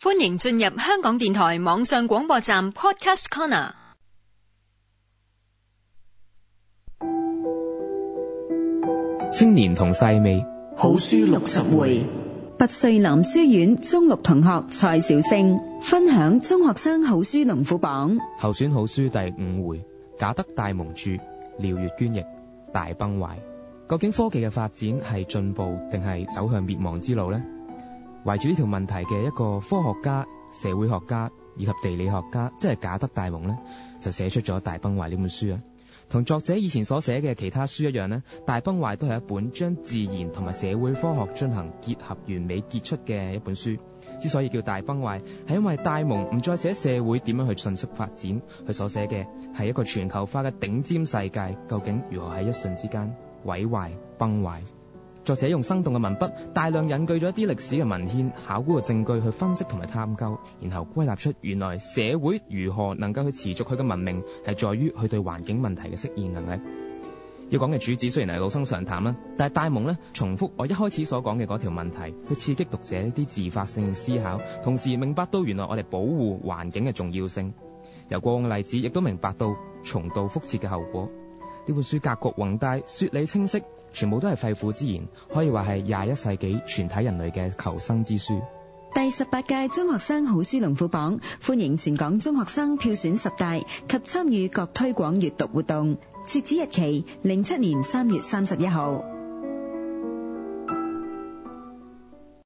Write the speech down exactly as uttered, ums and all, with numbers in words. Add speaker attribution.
Speaker 1: 歡迎進入香港電台網上廣播站 Podcast Corner。
Speaker 2: 青年同細味
Speaker 3: 好書六十回。
Speaker 4: 拔萃男書院中六同學蔡小星分享中學生好書龍虎榜
Speaker 2: 候選好書第五回，賈德戴蒙著，廖月娟譯，大崩壞。究竟科技嘅發展係進步定係走向滅亡之路呢？圍住呢條問題嘅一個科學家、社會學家以及地理學家，即係賈德戴蒙呢，就寫出咗《大崩壞》呢本書啊。同作者以前所寫嘅其他書一樣呢，《大崩壞》都係一本將自然同埋社會科學進行結合完美傑出嘅一本書。之所以叫大崩壞，係因為戴蒙唔再寫社會點樣去迅速發展，佢所寫嘅係一個全球化嘅頂尖世界究竟如何喺一瞬之間毀壞崩壞。作者用生動嘅文筆，大量引據咗一啲歷史嘅文獻、考古嘅證據去分析同埋探究，然後歸納出原來社會如何能夠去持續佢嘅文明，係在於佢對環境問題嘅適應能力。要講嘅主旨雖然係老生常談啦，但係戴蒙呢重複我一開始所講嘅嗰條問題，去刺激讀者一啲自發性思考，同時明白到原來我哋保護環境嘅重要性。由過往嘅例子，亦都明白到重蹈覆轍嘅後果。呢本書格局宏大，說理清晰，全部都係肺腑之言，可以話係廿一世紀全體人類嘅求生之書。
Speaker 4: 第十八屆中學生好書龍虎榜，歡迎全港中學生票選十大及參與各推廣閱讀活動，截止日期零七年三月三十一號。